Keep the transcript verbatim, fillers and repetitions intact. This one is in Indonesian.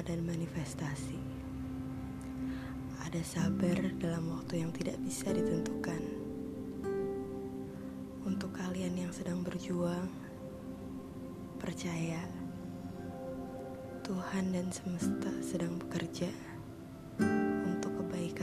dan manifestasi. Ada sabar dalam waktu yang tidak bisa ditentukan. Untuk kalian yang sedang berjuang, percaya Tuhan dan semesta sedang bekerja untuk kebaikan